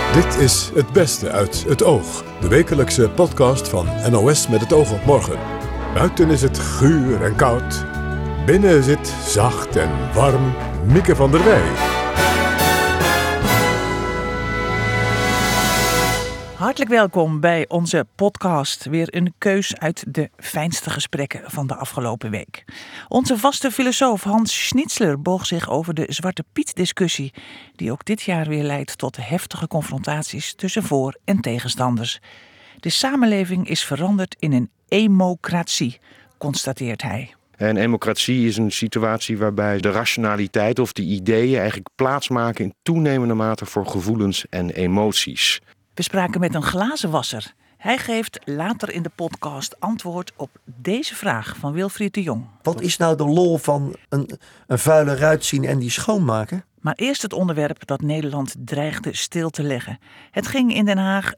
Dit is Het Beste uit Het Oog, de wekelijkse podcast van NOS met het oog op morgen. Buiten is het guur en koud. Binnen zit zacht en warm Mieke van der Wij. Hartelijk welkom bij onze podcast. Weer een keus uit de fijnste gesprekken van de afgelopen week. Onze vaste filosoof Hans Schnitzler boog zich over de Zwarte Piet-discussie, die ook dit jaar weer leidt tot heftige confrontaties tussen voor- en tegenstanders. De samenleving is veranderd in een emocratie, constateert hij. En democratie is een situatie waarbij de rationaliteit of de ideeën eigenlijk plaatsmaken in toenemende mate voor gevoelens en emoties. We spraken met een glazenwasser. Hij geeft later in de podcast antwoord op deze vraag van Wilfried de Jong. Wat is nou de lol van een vuile ruit zien en die schoonmaken? Maar eerst het onderwerp dat Nederland dreigde stil te leggen. Het ging in Den Haag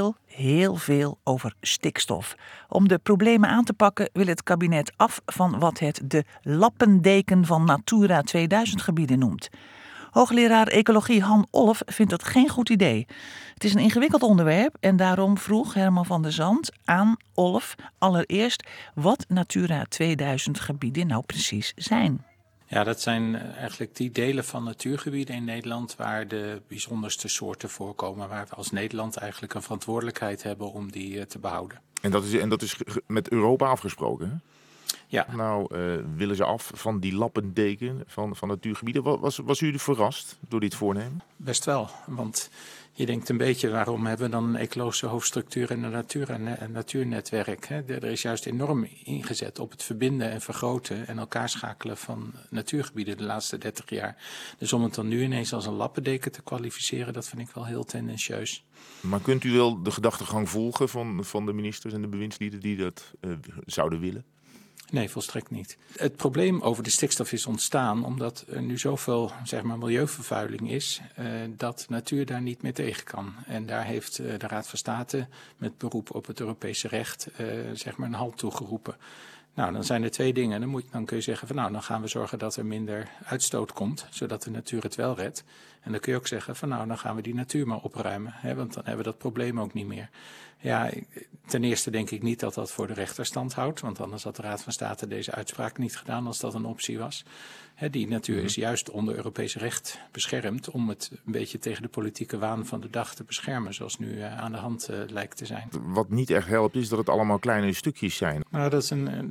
heel veel over stikstof. Om de problemen aan te pakken wil het kabinet af van wat het de lappendeken van Natura 2000 gebieden noemt. Hoogleraar ecologie Han Olf vindt dat geen goed idee. Het is een ingewikkeld onderwerp en daarom vroeg Herman van der Zand aan Olf allereerst wat Natura 2000 gebieden nou precies zijn. Ja, dat zijn eigenlijk die delen van natuurgebieden in Nederland waar de bijzonderste soorten voorkomen. Waar we als Nederland eigenlijk een verantwoordelijkheid hebben om die te behouden. En dat is met Europa afgesproken, hè? Ja. Nou, willen ze af van die lappendeken van natuurgebieden. Was u verrast door dit voornemen? Best wel, want je denkt een beetje waarom hebben we dan een ecologische hoofdstructuur en een natuurnetwerk. Hè? Er is juist enorm ingezet op het verbinden en vergroten en elkaar schakelen van natuurgebieden de laatste 30 jaar. Dus om het dan nu ineens als een lappendeken te kwalificeren, dat vind ik wel heel tendentieus. Maar kunt u wel de gedachtegang volgen van de ministers en de bewindslieden die dat zouden willen? Nee, volstrekt niet. Het probleem over de stikstof is ontstaan omdat er nu zoveel milieuvervuiling is dat natuur daar niet meer tegen kan. En daar heeft de Raad van State met beroep op het Europese recht een halt toegeroepen. Nou, dan zijn er twee dingen. Dan kun je zeggen van dan gaan we zorgen dat er minder uitstoot komt, zodat de natuur het wel redt. En dan kun je ook zeggen van dan gaan we die natuur maar opruimen, want dan hebben we dat probleem ook niet meer. Ja, ten eerste denk ik niet dat dat voor de rechter stand houdt, want anders had de Raad van State deze uitspraak niet gedaan als dat een optie was. Die natuur is juist onder Europees recht beschermd om het een beetje tegen de politieke waan van de dag te beschermen, zoals nu aan de hand lijkt te zijn. Wat niet echt helpt is dat het allemaal kleine stukjes zijn. Nou,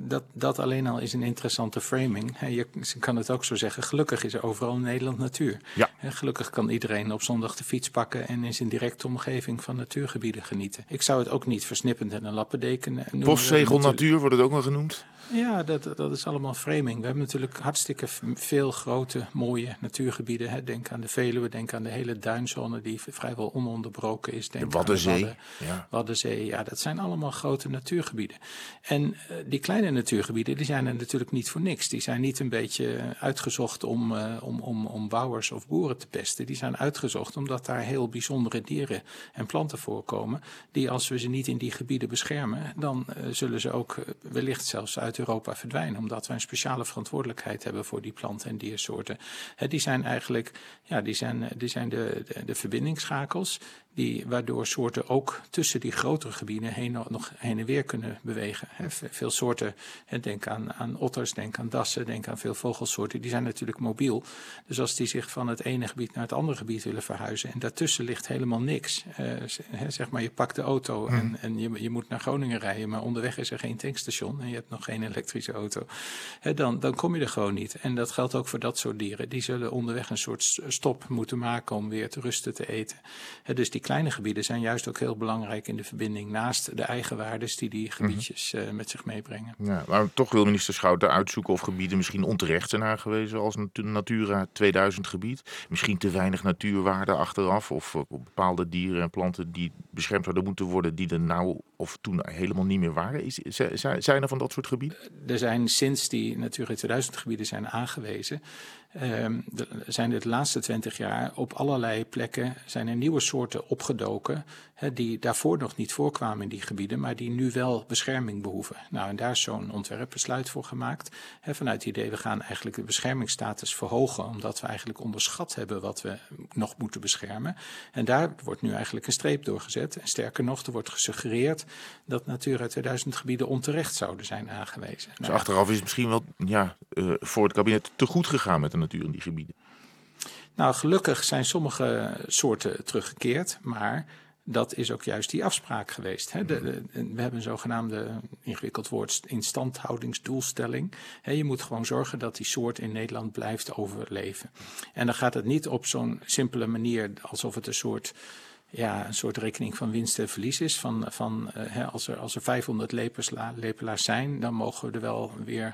dat alleen al is een interessante framing. Je kan het ook zo zeggen, gelukkig is er overal in Nederland natuur. Ja. Gelukkig kan iedereen op zondag de fiets pakken en in zijn directe omgeving van natuurgebieden genieten. Ik zou het ook niet versnippend en een lappendeken noemen. Postzegel natuur wordt het ook wel genoemd? Ja, dat is allemaal framing. We hebben natuurlijk hartstikke veel grote, mooie natuurgebieden. Denk aan de Veluwe, denk aan de hele duinzone die vrijwel ononderbroken is. Denk de Waddenzee. Aan de Waddenzee, ja, dat zijn allemaal grote natuurgebieden. En die kleine natuurgebieden, die zijn er natuurlijk niet voor niks. Die zijn niet een beetje uitgezocht om bouwers of boeren te pesten. Die zijn uitgezocht omdat daar heel bijzondere dieren en planten voorkomen. Die als we ze niet in die gebieden beschermen, dan zullen ze ook wellicht zelfs uit Europa verdwijnen. Omdat wij een speciale verantwoordelijkheid hebben voor die planten en diersoorten. Die zijn eigenlijk, die zijn de verbindingsschakels waardoor soorten ook tussen die grotere gebieden nog heen en weer kunnen bewegen. Veel soorten, denk aan otters, denk aan dassen, denk aan veel vogelsoorten, die zijn natuurlijk mobiel. Dus als die zich van het ene gebied naar het andere gebied willen verhuizen en daartussen ligt helemaal niks. Zeg maar, je pakt de auto en je moet naar Groningen rijden, maar onderweg is er geen tankstation en je hebt nog geen elektrische auto. Dan kom je er gewoon niet. En dat geldt ook voor dat soort dieren. Die zullen onderweg een soort stop moeten maken om weer te rusten te eten. Dus die kleine gebieden zijn juist ook heel belangrijk in de verbinding naast de eigenwaardes die gebiedjes met zich meebrengen. Ja, maar toch wil minister Schouten uitzoeken of gebieden misschien onterecht zijn aangewezen als Natura 2000 gebied. Misschien te weinig natuurwaarde achteraf of bepaalde dieren en planten die beschermd zouden moeten worden die er nou of toen helemaal niet meer waren. Zijn er van dat soort gebieden? Er zijn sinds die Natura 2000 gebieden zijn aangewezen zijn er de laatste 20 jaar op allerlei plekken zijn er nieuwe soorten opgedoken, die daarvoor nog niet voorkwamen in die gebieden, maar die nu wel bescherming behoeven. Nou, en daar is zo'n ontwerpbesluit voor gemaakt. Vanuit het idee, we gaan eigenlijk de beschermingsstatus verhogen, omdat we eigenlijk onderschat hebben wat we nog moeten beschermen. En daar wordt nu eigenlijk een streep doorgezet. En sterker nog, er wordt gesuggereerd dat Natura 2000 gebieden onterecht zouden zijn aangewezen. Dus achteraf is het misschien wel voor het kabinet te goed gegaan met de natuur in die gebieden. Nou, gelukkig zijn sommige soorten teruggekeerd, maar dat is ook juist die afspraak geweest. We hebben een zogenaamde, ingewikkeld woord, instandhoudingsdoelstelling. Je moet gewoon zorgen dat die soort in Nederland blijft overleven. En dan gaat het niet op zo'n simpele manier alsof het een soort rekening van winst en verlies is. Als er 500 lepelaars zijn, dan mogen we er wel weer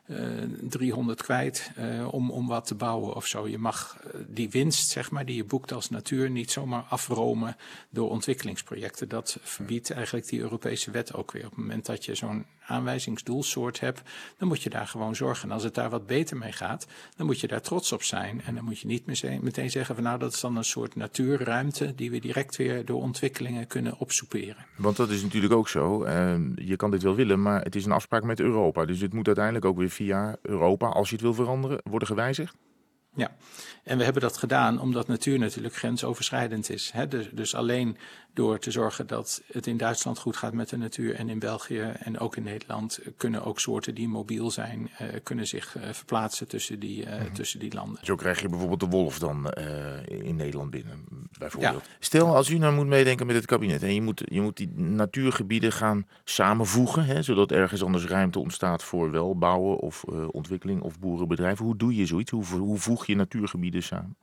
300 kwijt om wat te bouwen of zo. Je mag die winst, zeg maar, die je boekt als natuur, niet zomaar afromen door ontwikkelingsprojecten. Dat verbiedt eigenlijk die Europese wet ook weer. Op het moment dat je zo'n aanwijzingsdoelsoort hebt, dan moet je daar gewoon zorgen. En als het daar wat beter mee gaat, dan moet je daar trots op zijn. En dan moet je niet meteen zeggen van nou, dat is dan een soort natuurruimte die we direct weer door ontwikkelingen kunnen opsoeperen. Want dat is natuurlijk ook zo. Je kan dit wel willen, maar het is een afspraak met Europa. Dus het moet uiteindelijk ook weer via Europa, als je het wil veranderen, worden gewijzigd. Ja, en we hebben dat gedaan omdat natuur natuurlijk grensoverschrijdend is. Dus alleen door te zorgen dat het in Duitsland goed gaat met de natuur en in België en ook in Nederland kunnen ook soorten die mobiel zijn, kunnen zich verplaatsen tussen die landen. Zo krijg je bijvoorbeeld de wolf dan in Nederland binnen, bijvoorbeeld. Ja. Stel, als u nou moet meedenken met het kabinet en je moet die natuurgebieden gaan samenvoegen, zodat ergens anders ruimte ontstaat voor wel bouwen of ontwikkeling of boerenbedrijven. Hoe doe je zoiets? Hoe voeg je natuurgebieden samen?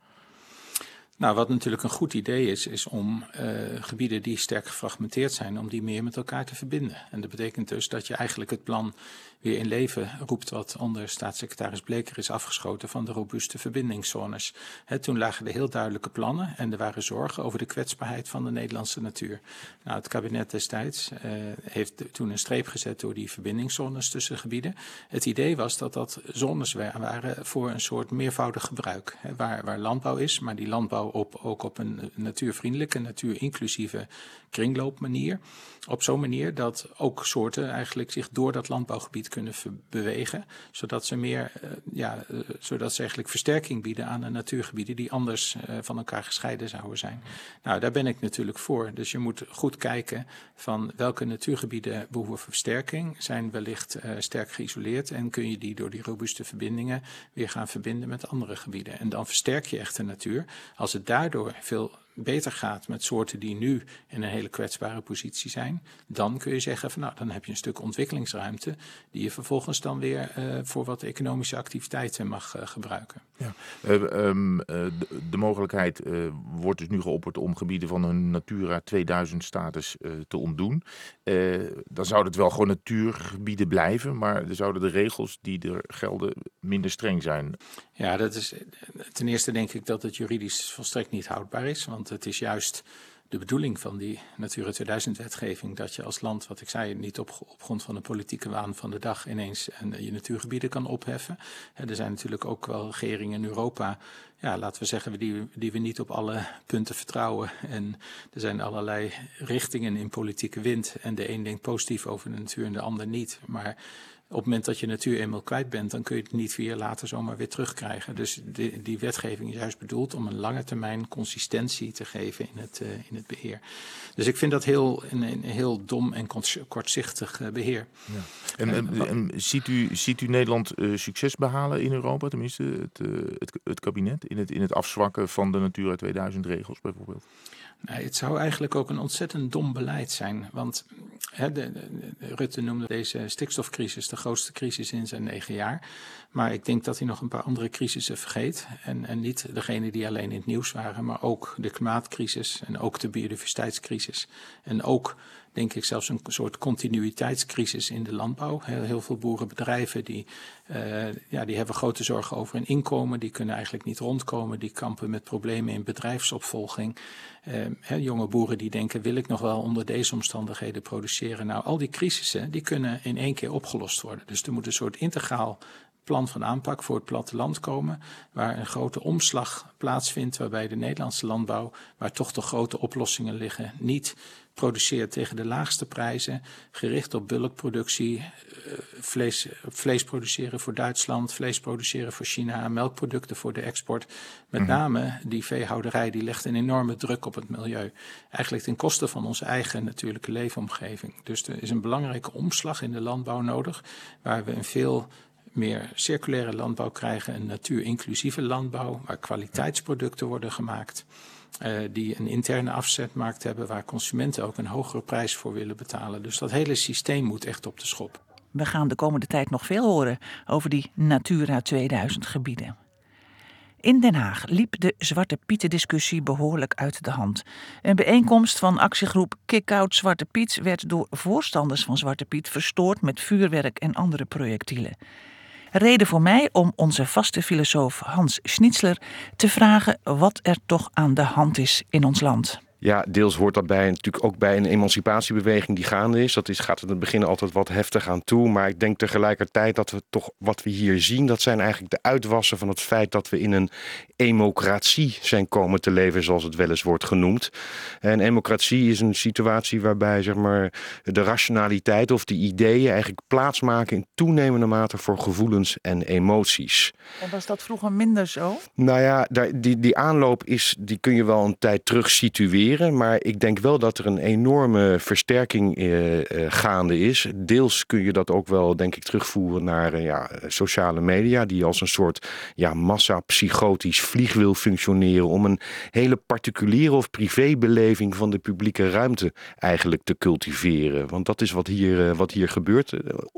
Nou, wat natuurlijk een goed idee is om gebieden die sterk gefragmenteerd zijn, om die meer met elkaar te verbinden. En dat betekent dus dat je eigenlijk het plan weer in leven roept wat onder staatssecretaris Bleker is afgeschoten van de robuuste verbindingszones. Toen lagen er heel duidelijke plannen en er waren zorgen over de kwetsbaarheid van de Nederlandse natuur. Nou, het kabinet destijds heeft toen een streep gezet door die verbindingszones tussen gebieden. Het idee was dat zones waren voor een soort meervoudig gebruik. Waar landbouw is, maar die landbouw ook op een natuurvriendelijke, natuurinclusieve kringloopmanier. Op zo'n manier dat ook soorten eigenlijk zich door dat landbouwgebied kunnen bewegen, zodat ze eigenlijk versterking bieden aan de natuurgebieden die anders van elkaar gescheiden zouden zijn. Nou, daar ben ik natuurlijk voor. Dus je moet goed kijken van welke natuurgebieden behoeven versterking, zijn wellicht sterk geïsoleerd en kun je die door die robuuste verbindingen weer gaan verbinden met andere gebieden. En dan versterk je echt de natuur. Als het daardoor veel beter gaat met soorten die nu in een hele kwetsbare positie zijn, dan kun je zeggen van nou, dan heb je een stuk ontwikkelingsruimte die je vervolgens dan weer voor wat economische activiteiten mag gebruiken. Ja. De mogelijkheid wordt dus nu geopperd om gebieden van hun Natura 2000 status te ontdoen. Dan zouden het wel gewoon natuurgebieden blijven, maar dan zouden de regels die er gelden minder streng zijn. Ja, dat is ten eerste denk ik dat het juridisch volstrekt niet houdbaar is, want het is juist de bedoeling van die Natura 2000-wetgeving dat je als land, wat ik zei, niet op grond van de politieke waan van de dag ineens je natuurgebieden kan opheffen. Er zijn natuurlijk ook wel regeringen in Europa, laten we zeggen, die we niet op alle punten vertrouwen. En er zijn allerlei richtingen in politieke wind en de een denkt positief over de natuur en de ander niet. Maar op het moment dat je natuur eenmaal kwijt bent, dan kun je het niet 4 jaar later zomaar weer terugkrijgen. Dus die wetgeving is juist bedoeld om een lange termijn consistentie te geven in het beheer. Dus ik vind dat een heel dom en kortzichtig beheer. Ja. En ziet u Nederland succes behalen in Europa, tenminste het kabinet, in het afzwakken van de Natura 2000 regels bijvoorbeeld? Nee, het zou eigenlijk ook een ontzettend dom beleid zijn. Want Rutte noemde deze stikstofcrisis de grootste crisis in zijn 9 jaar. Maar ik denk dat hij nog een paar andere crisissen vergeet. En niet degene die alleen in het nieuws waren, maar ook de klimaatcrisis en ook de biodiversiteitscrisis. En ook, denk ik, zelfs een soort continuïteitscrisis in de landbouw. Heel veel boerenbedrijven die hebben grote zorgen over hun inkomen. Die kunnen eigenlijk niet rondkomen. Die kampen met problemen in bedrijfsopvolging. Jonge boeren die denken, wil ik nog wel onder deze omstandigheden produceren? Nou, al die crisissen die kunnen in één keer opgelost worden. Dus er moet een soort integraal plan van aanpak voor het platteland komen, waar een grote omslag plaatsvindt, waarbij de Nederlandse landbouw, waar toch de grote oplossingen liggen, niet produceert tegen de laagste prijzen, gericht op bulkproductie, vlees produceren voor Duitsland, vlees produceren voor China, melkproducten voor de export. Met name die veehouderij die legt een enorme druk op het milieu. Eigenlijk ten koste van onze eigen natuurlijke leefomgeving. Dus er is een belangrijke omslag in de landbouw nodig, waar we een veel meer circulaire landbouw krijgen, een natuurinclusieve landbouw, waar kwaliteitsproducten worden gemaakt, die een interne afzetmarkt hebben, waar consumenten ook een hogere prijs voor willen betalen. Dus dat hele systeem moet echt op de schop. We gaan de komende tijd nog veel horen over die Natura 2000 gebieden. In Den Haag liep de Zwarte Pieten-discussie behoorlijk uit de hand. Een bijeenkomst van actiegroep Kick-Out Zwarte Piet werd door voorstanders van Zwarte Piet verstoord met vuurwerk en andere projectielen. Reden voor mij om onze vaste filosoof Hans Schnitzler te vragen wat er toch aan de hand is in ons land. Ja, deels hoort dat natuurlijk ook bij een emancipatiebeweging die gaande is. Gaat in het begin altijd wat heftig aan toe. Maar ik denk tegelijkertijd dat we toch wat we hier zien, dat zijn eigenlijk de uitwassen van het feit dat we in een emocratie zijn komen te leven, zoals het wel eens wordt genoemd. En emocratie is een situatie waarbij zeg maar, de rationaliteit of de ideeën eigenlijk plaatsmaken in toenemende mate voor gevoelens en emoties. En was dat vroeger minder zo? Nou ja, die aanloop die kun je wel een tijd terug situeren. Maar ik denk wel dat er een enorme versterking gaande is. Deels kun je dat ook wel, denk ik, terugvoeren naar sociale media, die als een soort massa-psychotisch vliegwiel functioneren om een hele particuliere of privébeleving van de publieke ruimte eigenlijk te cultiveren. Want dat is wat hier gebeurt.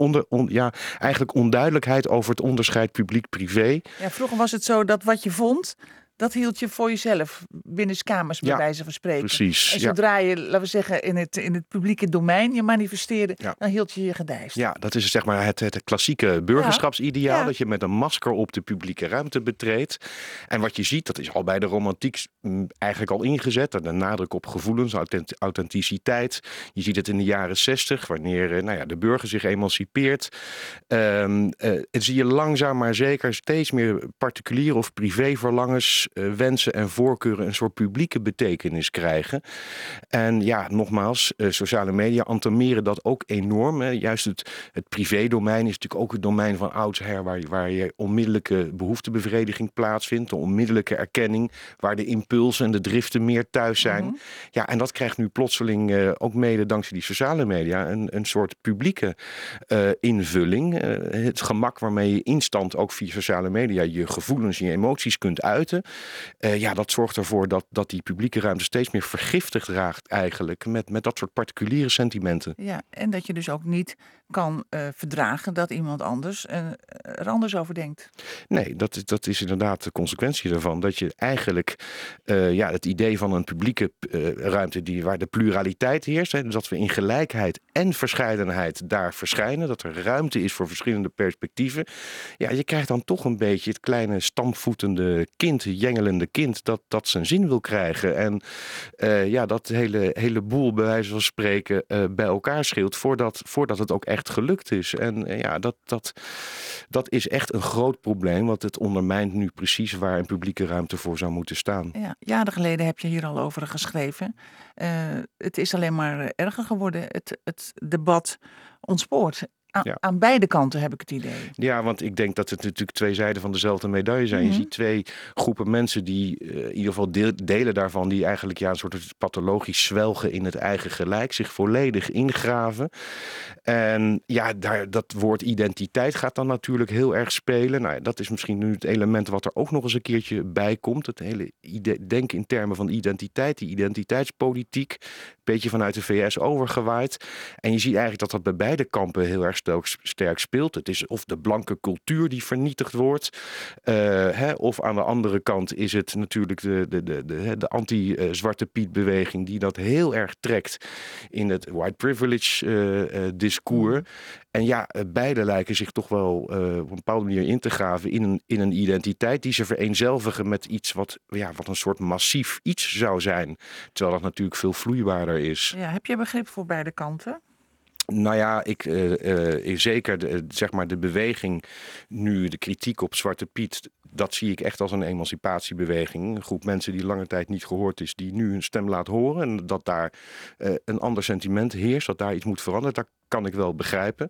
Eigenlijk onduidelijkheid over het onderscheid publiek-privé. Ja, vroeger was het zo dat wat je vond, dat hield je voor jezelf, binnenskamers bij wijze van spreken. Precies. En zodra je, laten we zeggen, in het publieke domein je manifesteerde, dan hield je je gedijst. Ja, dat is zeg maar het klassieke burgerschapsideaal, dat je met een masker op de publieke ruimte betreedt. En wat je ziet, dat is al bij de romantiek eigenlijk al ingezet. De nadruk op gevoelens, authenticiteit. Je ziet het in de jaren 60, wanneer de burger zich emancipeert. Zie je langzaam maar zeker steeds meer particuliere of privéverlangens, wensen en voorkeuren een soort publieke betekenis krijgen. En ja, nogmaals, sociale media entameren dat ook enorm. Hè. Juist het privédomein is natuurlijk ook het domein van oudsher, waar je onmiddellijke behoeftebevrediging plaatsvindt, de onmiddellijke erkenning, waar de impulsen en de driften meer thuis zijn. Mm-hmm. Ja, en dat krijgt nu plotseling ook mede dankzij die sociale media een soort publieke invulling. Het gemak waarmee je instant ook via sociale media je gevoelens en je emoties kunt uiten. Dat zorgt ervoor dat die publieke ruimte steeds meer vergiftigd raakt eigenlijk met dat soort particuliere sentimenten. Ja, en dat je dus ook niet kan verdragen dat iemand anders er anders over denkt. Nee, dat is inderdaad de consequentie daarvan. Dat je eigenlijk het idee van een publieke ruimte waar de pluraliteit heerst, hè, dat we in gelijkheid en verscheidenheid daar verschijnen, dat er ruimte is voor verschillende perspectieven. Ja, je krijgt dan toch een beetje het kleine stampvoetende kind, jengelende kind, dat zijn zin wil krijgen. En dat hele boel bij wijze van spreken bij elkaar scheelt voordat het ook echt gelukt is. En dat is echt een groot probleem, want het ondermijnt nu precies waar een publieke ruimte voor zou moeten staan. Ja, jaren geleden heb je hier al over geschreven. Het is alleen maar erger geworden. Het debat ontspoort. Aan beide kanten heb ik het idee. Ja, want ik denk dat het natuurlijk twee zijden van dezelfde medaille zijn. Mm-hmm. Je ziet twee groepen mensen die in ieder geval delen daarvan, die eigenlijk een soort pathologisch zwelgen in het eigen gelijk, zich volledig ingraven. En dat woord identiteit gaat dan natuurlijk heel erg spelen. Nou, dat is misschien nu het element wat er ook nog eens een keertje bij komt. Het hele denken in termen van identiteit, die identiteitspolitiek, een beetje vanuit de VS overgewaaid. En je ziet eigenlijk dat bij beide kampen heel erg sterk speelt. Het is of de blanke cultuur die vernietigd wordt, of aan de andere kant is het natuurlijk de anti-Zwarte Piet beweging die dat heel erg trekt in het white privilege discours. En beide lijken zich toch wel op een bepaalde manier in te graven in een identiteit die ze vereenzelvigen met iets wat een soort massief iets zou zijn. Terwijl dat natuurlijk veel vloeibaarder is. Ja, heb je begrip voor beide kanten? Nou ja, zeker zeg maar de beweging nu, de kritiek op Zwarte Piet, dat zie ik echt als een emancipatiebeweging. Een groep mensen die lange tijd niet gehoord is, die nu hun stem laat horen. En dat daar een ander sentiment heerst, dat daar iets moet veranderen, dat kan ik wel begrijpen.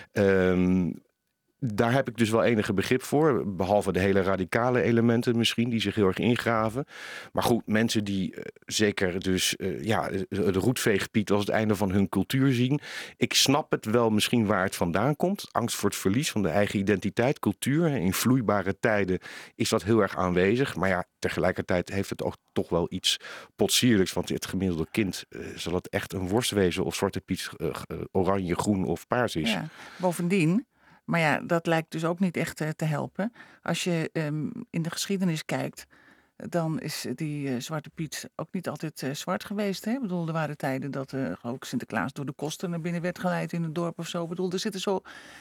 Daar heb ik dus wel enige begrip voor. Behalve de hele radicale elementen misschien, die zich heel erg ingraven. Maar goed, mensen die zeker dus de roetveegpiet als het einde van hun cultuur zien. Ik snap het wel misschien waar het vandaan komt. Angst voor het verlies van de eigen identiteit, cultuur. In vloeibare tijden is dat heel erg aanwezig. Maar ja, tegelijkertijd heeft het ook toch wel iets potsierlijks. Want het gemiddelde kind zal het echt een worst wezen of Zwarte Piet oranje, groen of paars is. Ja, bovendien... Maar ja, dat lijkt dus ook niet echt te helpen. Als je in de geschiedenis kijkt, dan is die Zwarte Piet ook niet altijd zwart geweest. Hè? Ik bedoel, er waren tijden dat ook Sinterklaas door de kosten naar binnen werd geleid in het dorp of zo. Ik bedoel, er zitten zo...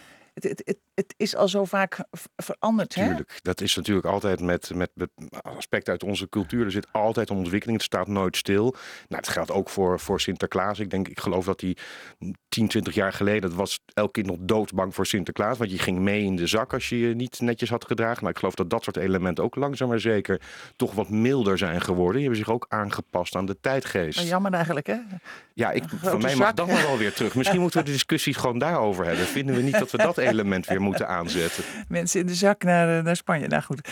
Het is al zo vaak veranderd, hè? Tuurlijk, dat is natuurlijk altijd met aspecten uit onze cultuur. Er zit altijd een ontwikkeling, het staat nooit stil. Nou, het geldt ook voor Sinterklaas. Ik geloof dat hij 10, 20 jaar geleden, was elk kind nog doodsbang voor Sinterklaas. Want je ging mee in de zak als je je niet netjes had gedragen. Nou, ik geloof dat dat soort elementen ook langzaam maar zeker toch wat milder zijn geworden. Die hebben zich ook aangepast aan de tijdgeest. Nou, jammer eigenlijk, hè? Ja, van mij mag dat maar wel weer terug. Misschien moeten we de discussie gewoon daarover hebben. Vinden we niet dat we dat element weer moeten aanzetten? Mensen in de zak naar Spanje. Nou goed.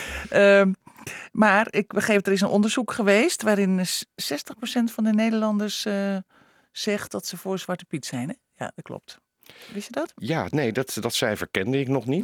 Maar ik begreep, er is een onderzoek geweest waarin 60% van de Nederlanders zegt dat ze voor Zwarte Piet zijn. Hè? Ja, dat klopt. Wist je dat? Ja, nee, dat cijfer kende ik nog niet.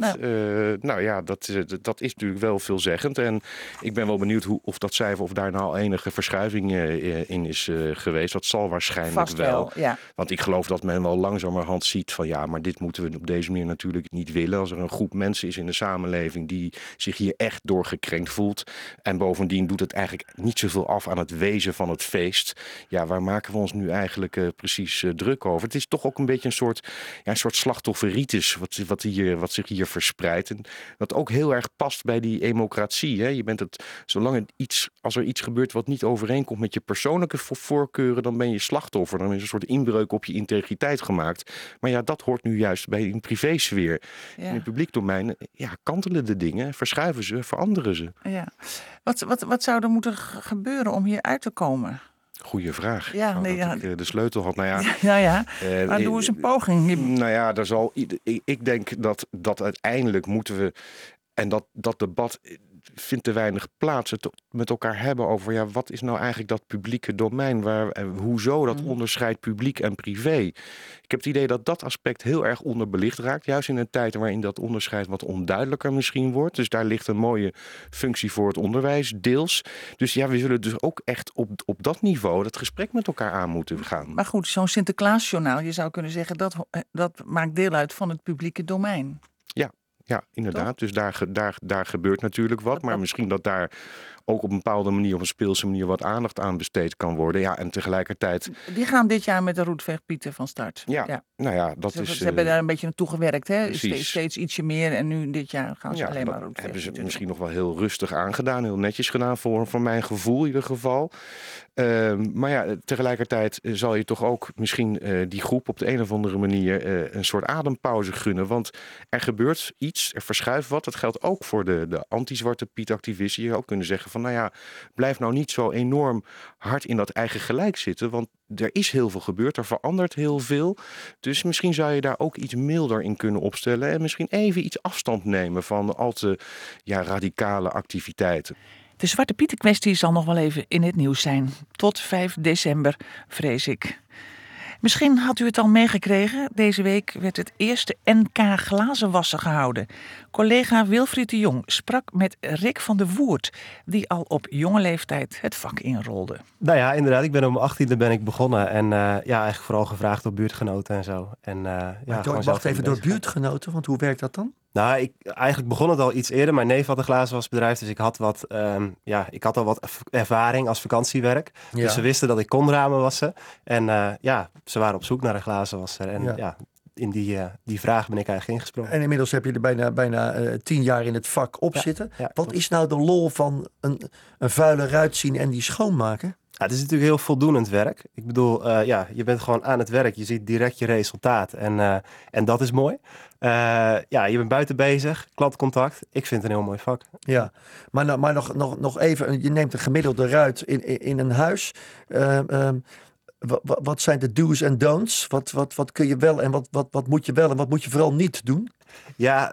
Dat is natuurlijk wel veelzeggend. En ik ben wel benieuwd of dat cijfer, of daar nou enige verschuiving in is geweest. Dat zal waarschijnlijk vast wel. Ja. Want ik geloof dat men wel langzamerhand ziet van ja, maar dit moeten we op deze manier natuurlijk niet willen. Als er een groep mensen is in de samenleving die zich hier echt door gekrenkt voelt. En bovendien doet het eigenlijk niet zoveel af aan het wezen van het feest. Ja, waar maken we ons nu eigenlijk precies druk over? Het is toch ook een beetje een soort slachtofferritis wat zich hier verspreidt. En wat ook heel erg past bij die democratie. Hè? Je bent het, als er iets gebeurt wat niet overeenkomt met je persoonlijke voorkeuren, dan ben je slachtoffer. Dan is een soort inbreuk op je integriteit gemaakt. Maar ja, dat hoort nu juist bij een privésfeer. Ja. In het publiek domein kantelen de dingen, verschuiven ze, veranderen ze. Ja. Wat zou er moeten gebeuren om hier uit te komen? Goeie vraag. Ja, ik de sleutel had. Nou maar doe eens een poging. Nou ja, ik denk dat uiteindelijk moeten we, en dat debat vindt te weinig plaats, het met elkaar hebben over wat is nou eigenlijk dat publieke domein, hoezo dat onderscheidt publiek en privé. Ik heb het idee dat dat aspect heel erg onderbelicht raakt, juist in een tijd waarin dat onderscheid wat onduidelijker misschien wordt. Dus daar ligt een mooie functie voor het onderwijs, deels. Dus ja, we zullen dus ook echt op dat niveau dat gesprek met elkaar aan moeten gaan. Maar goed, zo'n Sinterklaasjournaal, je zou kunnen zeggen dat maakt deel uit van het publieke domein. Ja, inderdaad. Toch? Dus daar gebeurt natuurlijk wat. Maar misschien dat daar ook op een bepaalde manier, op een speelse manier, wat aandacht aan besteed kan worden. Ja, en tegelijkertijd... Die gaan dit jaar met de roetveegpieten van start. Ja, nou ja, dat ze, is... Ze hebben daar een beetje naartoe gewerkt, hè? Precies. Steeds ietsje meer en nu dit jaar gaan ze alleen maar roetveegpieten. Hebben ze misschien nog wel heel rustig aangedaan, heel netjes gedaan voor mijn gevoel in ieder geval. Maar ja, tegelijkertijd zal je toch ook misschien die groep op de een of andere manier een soort adempauze gunnen. Want er gebeurt iets, er verschuift wat. Dat geldt ook voor de anti-Zwarte Piet activisten. Je zou ook kunnen zeggen van blijf nou niet zo enorm hard in dat eigen gelijk zitten. Want er is heel veel gebeurd, er verandert heel veel. Dus misschien zou je daar ook iets milder in kunnen opstellen. En misschien even iets afstand nemen van al te radicale activiteiten. De Zwarte Pieten kwestie zal nog wel even in het nieuws zijn. Tot 5 december, vrees ik. Misschien had u het al meegekregen. Deze week werd het eerste NK glazenwassen gehouden. Collega Wilfried de Jong sprak met Rick van der Woert, die al op jonge leeftijd het vak inrolde. Nou ja, inderdaad. Ik ben om 18e begonnen. En eigenlijk vooral gevraagd door buurtgenoten en zo. Wacht even, door buurtgenoten? Want hoe werkt dat dan? Nou, eigenlijk begon het al iets eerder. Mijn neef had een glazenwasbedrijf, dus ik had al wat ervaring als vakantiewerk. Ja. Dus ze wisten dat ik kon ramen wassen. En ze waren op zoek naar een glazenwasser. En in die vraag ben ik eigenlijk ingesprongen. En inmiddels heb je er bijna 10 jaar in het vak op zitten. Ja, wat is nou de lol van een vuile ruit zien en die schoonmaken? Het is natuurlijk heel voldoenend werk. Ik bedoel, je bent gewoon aan het werk. Je ziet direct je resultaat. En dat is mooi. Je bent buiten bezig. Klantcontact. Ik vind het een heel mooi vak. Ja, maar nog even. Je neemt een gemiddelde ruit in een huis. Wat zijn de do's en don'ts? Wat kun je wel en wat moet je wel en wat moet je vooral niet doen? Ja,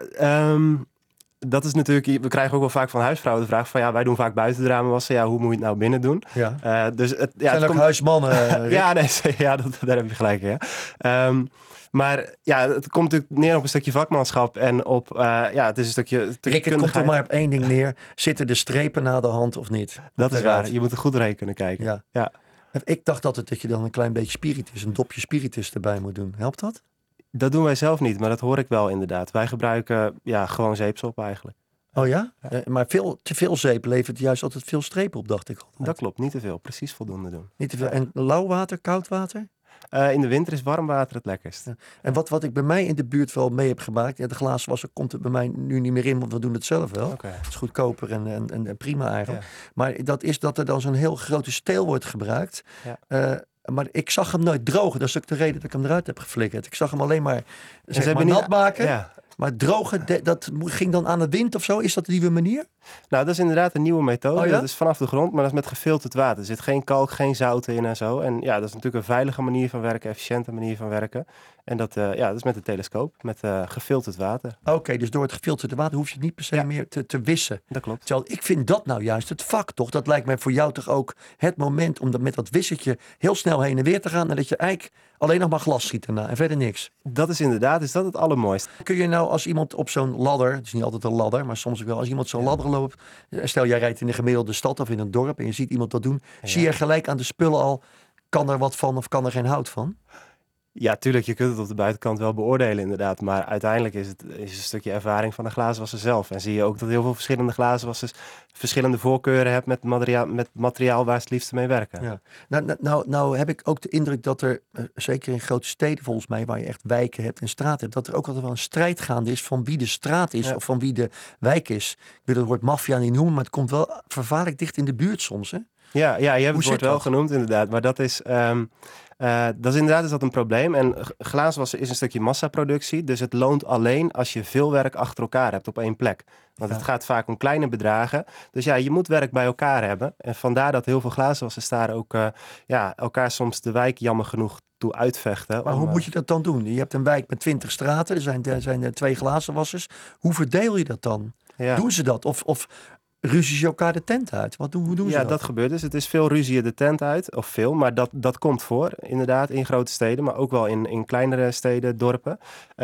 dat is natuurlijk... We krijgen ook wel vaak van huisvrouwen de vraag van... wij doen vaak buitenramen wassen. Ja, hoe moet je het nou binnen doen? Ja. Zijn ook huismannen, Rick? Daar heb je gelijk in. Ja. Maar het komt natuurlijk neer op een stukje vakmanschap en op... het is een stukje... Rick, het komt er maar op één ding neer. Zitten de strepen na de hand of niet? Dat is waar. Je moet er goed doorheen kunnen kijken. Ja. Ik dacht altijd dat je dan een klein beetje spiritus, een dopje spiritus erbij moet doen. Helpt dat? Dat doen wij zelf niet, maar dat hoor ik wel inderdaad. Wij gebruiken gewoon zeepsop eigenlijk. Oh ja? Maar te veel zeep levert juist altijd veel strepen op, dacht ik altijd. Dat klopt, niet te veel. Precies voldoende doen. Niet te veel. En lauw water, koud water? In de winter is warm water het lekkerst. Ja. En wat ik bij mij in de buurt wel mee heb gemaakt... de glazenwasser komt er bij mij nu niet meer in... want we doen het zelf wel. Okay. Het is goedkoper en prima eigenlijk. Ja. Maar dat is dat er dan zo'n heel grote steel wordt gebruikt... Ja. Maar ik zag hem nooit drogen. Dat is ook de reden dat ik hem eruit heb geflikkerd. Ik zag hem alleen maar, nat maken. Ja. Maar drogen, dat ging dan aan de wind of zo? Is dat de nieuwe manier? Nou, dat is inderdaad een nieuwe methode. Oh, ja? Dat is vanaf de grond, maar dat is met gefilterd water. Er zit geen kalk, geen zout in en zo. En dat is natuurlijk een veilige manier van werken, efficiënte manier van werken. En dat is met de telescoop, met gefilterd water. Oké, dus door het gefilterde water hoef je het niet per se meer te wissen. Dat klopt. Terwijl ik vind dat nou juist het vak, toch? Dat lijkt mij voor jou toch ook het moment om met dat wissertje heel snel heen en weer te gaan. En dat je eigenlijk alleen nog maar glas schiet daarna en verder niks. Dat is inderdaad, is dat het allermooiste. Kun je nou als iemand op zo'n ladder, het is niet altijd een ladder, maar soms ook wel, als iemand zo'n ladder loopt, stel jij rijdt in een gemiddelde stad of in een dorp en je ziet iemand dat doen, zie je gelijk aan de spullen al, kan er wat van of kan er geen hout van? Ja, tuurlijk, je kunt het op de buitenkant wel beoordelen inderdaad. Maar uiteindelijk is het een stukje ervaring van de glazenwasser zelf. En zie je ook dat heel veel verschillende glazenwassers verschillende voorkeuren hebben met materiaal waar ze het liefst mee werken. Ja. Nou heb ik ook de indruk dat er, zeker in grote steden volgens mij, waar je echt wijken hebt en straten hebt, dat er ook altijd wel een strijd gaande is van wie de straat is of van wie de wijk is. Ik wil het woord maffia niet noemen, maar het komt wel vervaarlijk dicht in de buurt soms, hè? Ja, je hebt het woord wel genoemd inderdaad. Maar dat is... inderdaad is dat een probleem. En glazenwassen is een stukje massaproductie. Dus het loont alleen als je veel werk achter elkaar hebt op één plek. Want het gaat vaak om kleine bedragen. Dus je moet werk bij elkaar hebben. En vandaar dat heel veel glazenwassers daar ook elkaar soms de wijk jammer genoeg toe uitvechten. Maar hoe moet je dat dan doen? Je hebt een wijk met 20 straten. Er zijn 2 glazenwassers. Hoe verdeel je dat dan? Ja. Doen ze dat? Of ruzie je elkaar de tent uit? Hoe doen ze dat? Ja, dat gebeurt dus. Het is veel ruzie de tent uit. Of veel, maar dat komt voor. Inderdaad, in grote steden. Maar ook wel in kleinere steden, dorpen.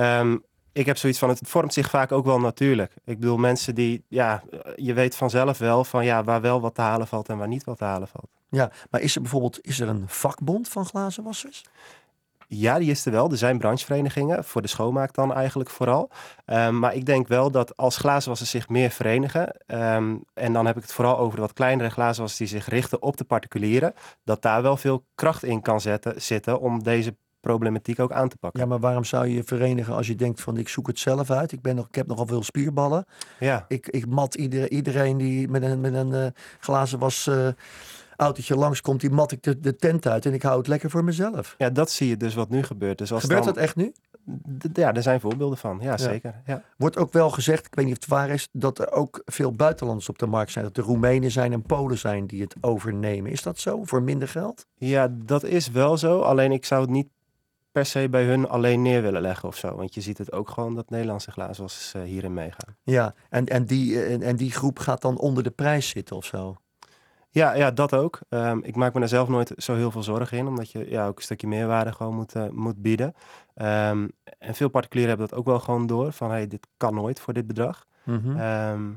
Ik heb zoiets van, het vormt zich vaak ook wel natuurlijk. Ik bedoel, mensen die, je weet vanzelf wel van waar wel wat te halen valt en waar niet wat te halen valt. Ja, maar is er een vakbond van glazenwassers? Ja, die is er wel. Er zijn brancheverenigingen, voor de schoonmaak dan eigenlijk vooral. Maar ik denk wel dat als glazenwassers zich meer verenigen, en dan heb ik het vooral over de wat kleinere glazenwassers die zich richten op de particulieren, dat daar wel veel kracht in kan zitten om deze problematiek ook aan te pakken. Ja, maar waarom zou je je verenigen als je denkt van ik zoek het zelf uit? Ik heb nogal veel spierballen. Ja. Ik mat iedereen die met een glazenwas autootje langskomt, die mat ik de tent uit en ik hou het lekker voor mezelf. Ja, dat zie je dus wat nu gebeurt. Dus gebeurt dat echt nu? Ja, er zijn voorbeelden van. Ja, zeker. Ja. Wordt ook wel gezegd, ik weet niet of het waar is, dat er ook veel buitenlanders op de markt zijn. Dat er Roemenen zijn en Polen zijn die het overnemen. Is dat zo? Voor minder geld? Ja, dat is wel zo. Alleen ik zou het niet per se bij hun alleen neer willen leggen of zo. Want je ziet het ook gewoon dat Nederlandse glazenwassers hierin meegaan. Ja, en die groep gaat dan onder de prijs zitten of zo? Ja, dat ook. Ik maak me daar zelf nooit zo heel veel zorgen in. Omdat je ook een stukje meerwaarde gewoon moet bieden. En veel particulieren hebben dat ook wel gewoon door. Van dit kan nooit voor dit bedrag. Mm-hmm.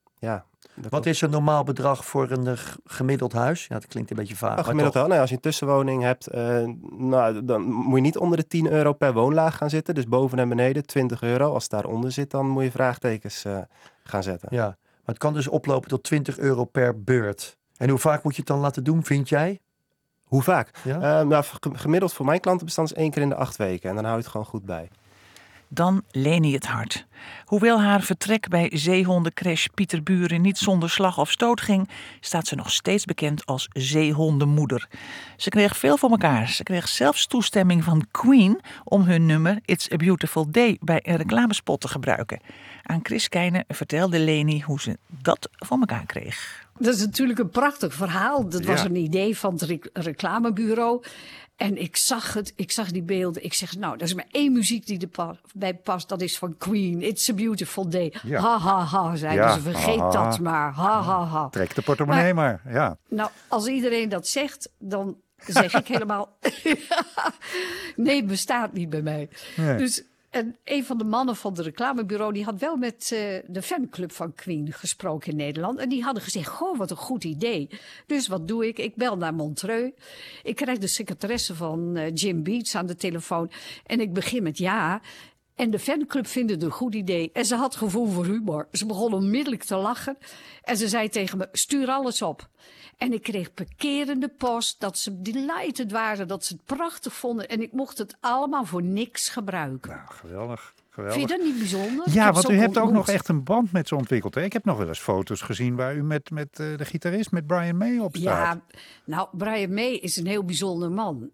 Wat is een normaal bedrag voor een gemiddeld huis? Ja, dat klinkt een beetje vaag. Gemiddeld wel. Nou, als je een tussenwoning hebt, dan moet je niet onder de €10 per woonlaag gaan zitten. Dus boven en beneden €20. Als het daaronder zit, dan moet je vraagtekens gaan zetten. Ja, maar het kan dus oplopen tot €20 per beurt. En hoe vaak moet je het dan laten doen, vind jij? Hoe vaak? Ja? Gemiddeld voor mijn klantenbestand is 1 keer in de 8 weken. En dan hou je het gewoon goed bij. Dan Leni het Hart. Hoewel haar vertrek bij zeehondencrash Pieterburen niet zonder slag of stoot ging, staat ze nog steeds bekend als zeehondenmoeder. Ze kreeg veel voor elkaar. Ze kreeg zelfs toestemming van Queen om hun nummer It's a Beautiful Day bij een reclamespot te gebruiken. Aan Chris Keijne vertelde Leni hoe ze dat voor elkaar kreeg. Dat is natuurlijk een prachtig verhaal. Dat was een idee van het reclamebureau. En ik zag die beelden. Ik zeg, nou, er is maar één muziek die erbij past. Dat is van Queen. It's a Beautiful Day. Ja. Ha, ha, ha, zeiden ze. Vergeet dat maar. Ha, ha, ha. Trek de portemonnee maar. Ja. Nou, als iedereen dat zegt, dan zeg ik helemaal... nee, bestaat niet bij mij. Nee. Dus... En een van de mannen van het reclamebureau, die had wel met de fanclub van Queen gesproken in Nederland. En die hadden gezegd, goh, wat een goed idee. Dus wat doe ik? Ik bel naar Montreux. Ik krijg de secretaresse van Jim Beats aan de telefoon. En ik begin met ja. En de fanclub vinden het een goed idee. En ze had gevoel voor humor. Ze begon onmiddellijk te lachen. En ze zei tegen me, stuur alles op. En ik kreeg bekerende post dat ze delighted waren, dat ze het prachtig vonden. En ik mocht het allemaal voor niks gebruiken. Nou, geweldig. Vind je dat niet bijzonder? Ja, want u hebt ook nog echt een band met ze ontwikkeld. Hè? Ik heb nog wel eens foto's gezien waar u met de gitarist, met Brian May op staat. Ja, nou, Brian May is een heel bijzonder man.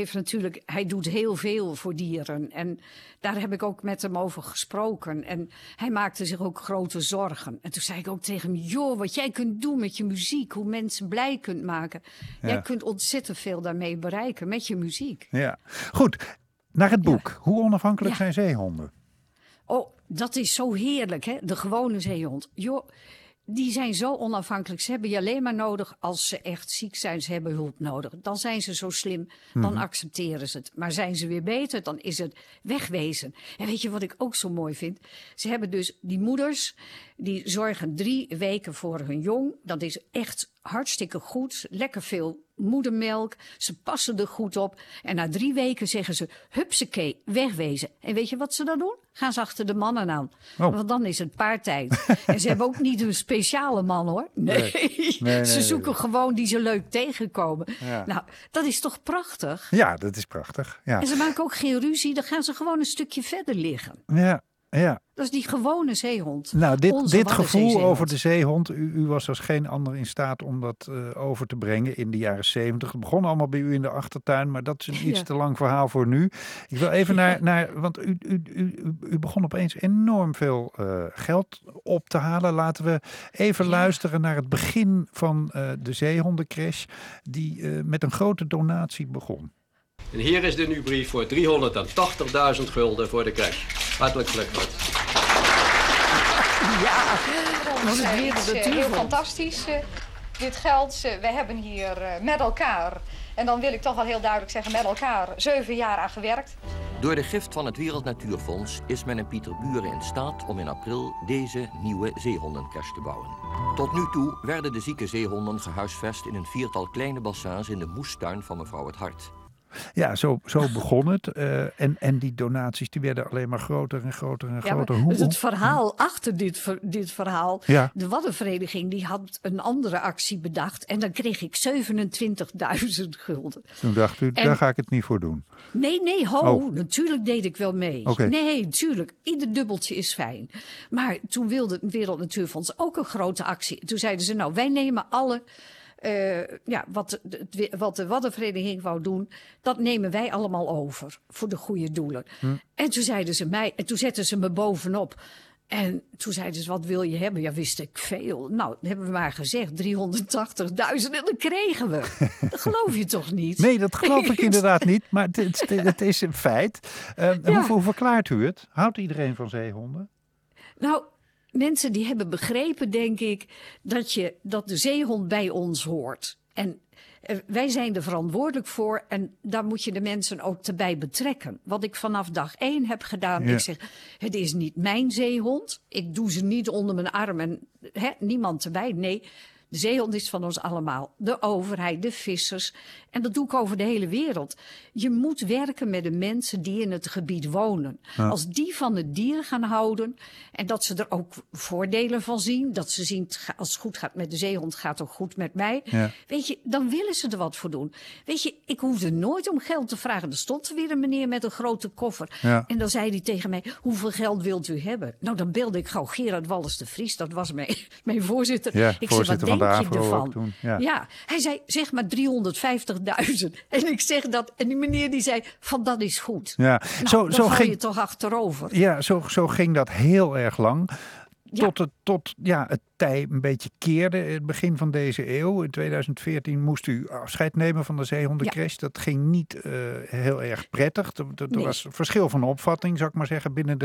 Hij doet heel veel voor dieren. En daar heb ik ook met hem over gesproken. En hij maakte zich ook grote zorgen. En toen zei ik ook tegen hem, joh, wat jij kunt doen met je muziek, hoe mensen blij kunt maken. Ja. Jij kunt ontzettend veel daarmee bereiken met je muziek. Ja, goed. Naar het boek. Ja. Hoe onafhankelijk zijn zeehonden? Oh, dat is zo heerlijk, hè? De gewone zeehond. Joh, die zijn zo onafhankelijk. Ze hebben je alleen maar nodig als ze echt ziek zijn. Ze hebben hulp nodig. Dan zijn ze zo slim, dan accepteren ze het. Maar zijn ze weer beter, dan is het wegwezen. En weet je wat ik ook zo mooi vind? Ze hebben dus die moeders, die zorgen 3 weken voor hun jong. Dat is echt hartstikke goed. Lekker veel moedermelk. Ze passen er goed op. En na 3 weken zeggen ze, hupsakee, wegwezen. En weet je wat ze dan doen? Gaan ze achter de mannen aan. Oh. Want dan is het paartijd. En ze hebben ook niet een speciale man, hoor. Nee. Ze zoeken gewoon die ze leuk tegenkomen. Ja. Nou, dat is toch prachtig? Ja, dat is prachtig. Ja. En ze maken ook geen ruzie. Dan gaan ze gewoon een stukje verder liggen. Ja. Dat is die gewone zeehond. Nou, dit gevoel over de zeehond, u was als geen ander in staat om dat over te brengen in de jaren 70. Het begon allemaal bij u in de achtertuin, maar dat is een iets te lang verhaal voor nu. Ik wil even naar want u begon opeens enorm veel geld op te halen. Laten we even luisteren naar het begin van de zeehondencrash, die met een grote donatie begon. En hier is de nu-brief voor 380.000 gulden voor de crash. Hartelijk geluk. Ja, het is heel fantastisch, dit geld. We hebben hier met elkaar, en dan wil ik toch wel heel duidelijk zeggen, met elkaar 7 jaar aan gewerkt. Door de gift van het Wereld Natuurfonds is men in Pieterburen in staat om in april deze nieuwe zeehondencrash te bouwen. Tot nu toe werden de zieke zeehonden gehuisvest in een 4-tal kleine bassins in de moestuin van mevrouw het Hart. Ja, zo begon het. En die donaties die werden alleen maar groter en groter en groter. Ja, dus het verhaal achter dit verhaal. Ja. De Waddenvereniging die had een andere actie bedacht. En dan kreeg ik 27.000 gulden. Toen dacht u, daar ga ik het niet voor doen. Nee, natuurlijk deed ik wel mee. Okay. Nee, natuurlijk. Ieder dubbeltje is fijn. Maar toen wilde het Wereld Natuurfonds ook een grote actie. Toen zeiden ze, nou, wij nemen alle... wat de Waddenvereniging wou doen, dat nemen wij allemaal over voor de goede doelen. En toen zeiden ze mij, en toen zetten ze me bovenop. En toen zeiden ze, wat wil je hebben? Ja, wist ik veel. Nou, dan hebben we maar gezegd, 380.000 en dan kregen we. Dat geloof je toch niet? Nee, dat geloof ik inderdaad niet, maar het is een feit. Hoe verklaart u het? Houdt iedereen van zeehonden? Nou, mensen die hebben begrepen, denk ik, dat de zeehond bij ons hoort. En wij zijn er verantwoordelijk voor en daar moet je de mensen ook erbij betrekken. Wat ik vanaf dag 1 heb gedaan, ik zeg, het is niet mijn zeehond. Ik doe ze niet onder mijn arm en niemand erbij. Nee, De zeehond is van ons allemaal. De overheid, de vissers. En dat doe ik over de hele wereld. Je moet werken met de mensen die in het gebied wonen. Ja. Als die van het dier gaan houden en dat ze er ook voordelen van zien. Dat ze zien, als het goed gaat met de zeehond, gaat het ook goed met mij. Ja. Weet je, dan willen ze er wat voor doen. Weet je, ik hoefde nooit om geld te vragen. Er stond weer een meneer met een grote koffer. Ja. En dan zei hij tegen mij, hoeveel geld wilt u hebben? Nou, dan belde ik gauw Gerard Wallis de Vries. Dat was mijn voorzitter. Ja, ik voorzitter zei, wat denk je ervan? Toen, ja, hij zei, zeg maar 350.000. En ik zeg dat. En die meneer die zei, van dat is goed. Ja. Nou, dan ging je toch achterover. Ja, zo ging dat heel erg lang. Tot het tij een beetje keerde. Het begin van deze eeuw. In 2014 moest u afscheid nemen van de zeehondencrash. Ja. Dat ging niet heel erg prettig. Er was een verschil van opvatting, zou ik maar zeggen, binnen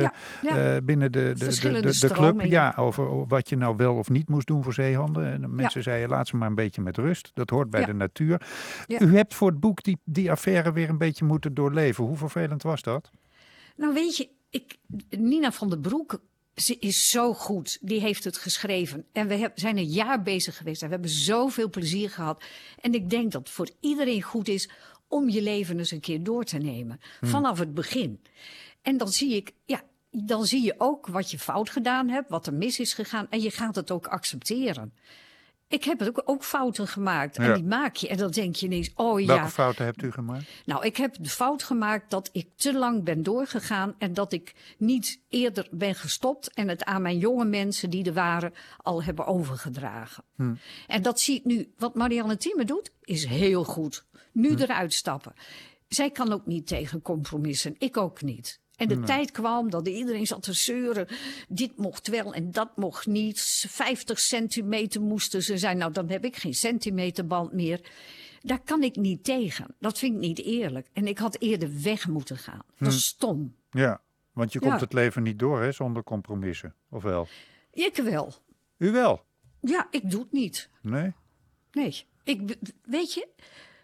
de club. Ja, over wat je nou wel of niet moest doen voor zeehonden. En mensen zeiden, laat ze maar een beetje met rust. Dat hoort bij de natuur. Ja. U hebt voor het boek die affaire weer een beetje moeten doorleven. Hoe vervelend was dat? Nou weet je, Nina van der Broek, ze is zo goed. Die heeft het geschreven. En we zijn een jaar bezig geweest. En we hebben zoveel plezier gehad. En ik denk dat het voor iedereen goed is om je leven eens een keer door te nemen. Vanaf het begin. En dan zie je ook wat je fout gedaan hebt. Wat er mis is gegaan. En je gaat het ook accepteren. Ik heb ook fouten gemaakt. En die maak je. En dan denk je ineens, Welke fouten hebt u gemaakt? Nou, ik heb de fout gemaakt dat ik te lang ben doorgegaan. En dat ik niet eerder ben gestopt. En het aan mijn jonge mensen die er waren al hebben overgedragen. En dat zie ik nu. Wat Marianne Thieme doet, is heel goed. Nu eruit stappen. Zij kan ook niet tegen compromissen. Ik ook niet. En de tijd kwam dat iedereen zat te zeuren. Dit mocht wel en dat mocht niet. 50 centimeter moesten ze zijn. Nou, dan heb ik geen centimeterband meer. Daar kan ik niet tegen. Dat vind ik niet eerlijk. En ik had eerder weg moeten gaan. Dat is stom. Ja, want je komt het leven niet door, hè, zonder compromissen. Of wel? Ik wel. U wel? Ja, ik doe het niet. Nee? Nee. Weet je,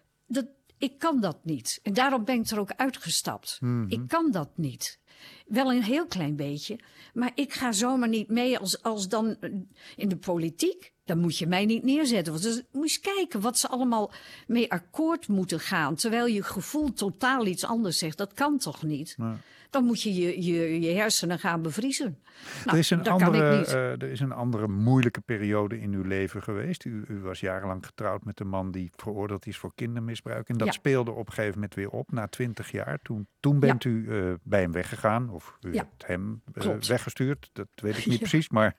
ik kan dat niet. En daarom ben ik er ook uitgestapt. Ik kan dat niet. Wel een heel klein beetje. Maar ik ga zomaar niet mee als dan in de politiek. Dan moet je mij niet neerzetten. Want dan moet je eens kijken wat ze allemaal mee akkoord moeten gaan. Terwijl je gevoel totaal iets anders zegt. Dat kan toch niet? Nee. Dan moet je je hersenen gaan bevriezen. Nou, er is een andere moeilijke periode in uw leven geweest. U was jarenlang getrouwd met een man die veroordeeld is voor kindermisbruik. En dat speelde op een gegeven moment weer op na 20 jaar. Toen bent u bij hem weggegaan. Of u hebt hem weggestuurd. Dat weet ik niet precies. Maar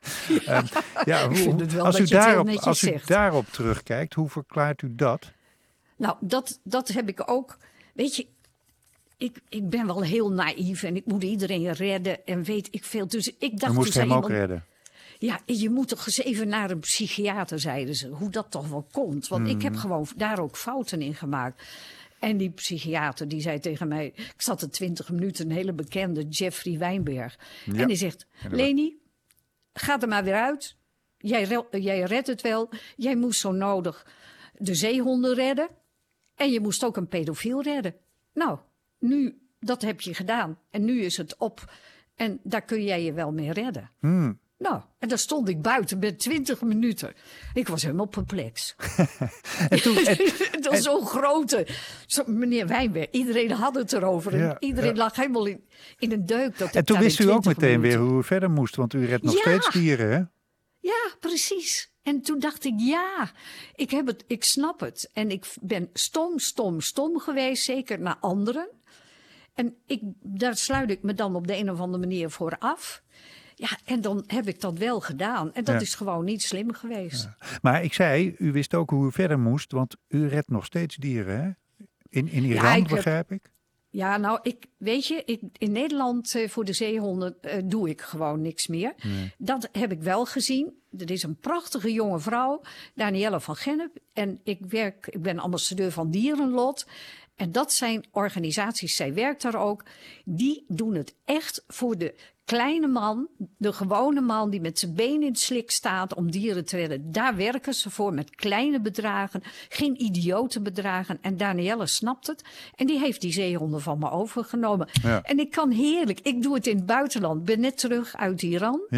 als u daarop terugkijkt, hoe verklaart u dat? Nou, dat heb ik ook. Weet je, ik ben wel heel naïef en ik moet iedereen redden en weet ik veel. Dus ik dacht, u moest hem ook redden? Ja, je moet toch eens even naar een psychiater, zeiden ze. Hoe dat toch wel komt. Want ik heb gewoon daar ook fouten in gemaakt. En die psychiater die zei tegen mij, ik zat er 20 minuten, een hele bekende Jeffrey Wijnberg. Ja. En die zegt, Leni, ga er maar weer uit. Jij redt het wel. Jij moest zo nodig de zeehonden redden. En je moest ook een pedofiel redden. Nou, nu, dat heb je gedaan. En nu is het op. En daar kun jij je wel mee redden. Nou, en daar stond ik buiten met 20 minuten. Ik was helemaal perplex. Het was zo'n grote. Meneer Wijnberg, iedereen had het erover. En iedereen lag helemaal in een deuk. En toen wist u ook meteen weer hoe u verder moest. Want u redt nog steeds dieren, hè? Ja, precies. En toen dacht ik, ik snap het. En ik ben stom geweest, zeker naar anderen. En daar sluit ik me dan op de een of andere manier voor af. Ja, en dan heb ik dat wel gedaan. En dat is gewoon niet slim geweest. Ja. Maar ik zei, u wist ook hoe u verder moest, want u redt nog steeds dieren, hè? In Iran, begrijp ik? Ja, nou, in Nederland voor de zeehonden doe ik gewoon niks meer. Nee. Dat heb ik wel gezien. Er is een prachtige jonge vrouw, Danielle van Gennep. En ik ben ambassadeur van Dierenlot. En dat zijn organisaties, zij werkt daar ook. Die doen het echt voor de kleine man, de gewone man die met zijn been in het slik staat om dieren te redden. Daar werken ze voor met kleine bedragen, geen idiote bedragen. En Danielle snapt het en die heeft die zeehonden van me overgenomen. Ja. En ik kan heerlijk, ik doe het in het buitenland, ben net terug uit Iran. Ja.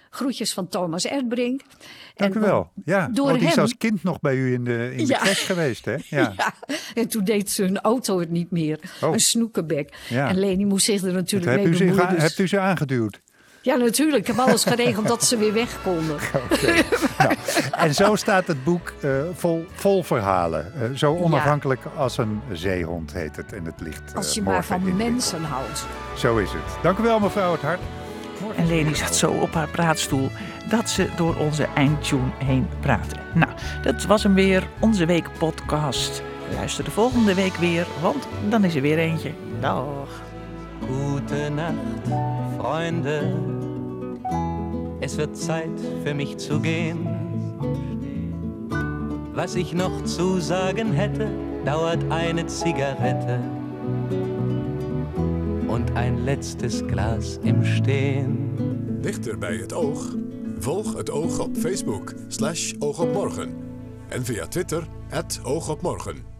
Groetjes van Thomas Erdbrink. Dank u wel. Ja, die is als kind nog bij u in de crash geweest, hè? Ja. Ja, en toen deed zijn auto het niet meer. Een snoekenbek. Ja. En Leni moest zich er natuurlijk mee bemoeien. Hebt u ze aangeduwd? Ja, natuurlijk. Ik heb alles geregeld dat ze weer weg konden. Okay. Nou, en zo staat het boek vol verhalen. Zo onafhankelijk als een zeehond heet het. En het ligt als je maar van mensen houdt. Zo is het. Dank u wel, mevrouw Het Hart. En Leni zat zo op haar praatstoel dat ze door onze eindtune heen praatte. Nou, dat was hem weer, onze weekpodcast. Luister de volgende week weer, want dan is er weer eentje. Dag. Gute Nacht, Freunde. Es wird Zeit für mich zu gehen. Was ich noch zu sagen hätte, dauert eine Zigarette und ein letztes Glas im Stehen. Dichter bij het oog? Volg het oog op Facebook /Oog op Morgen. En via Twitter @Oog op Morgen.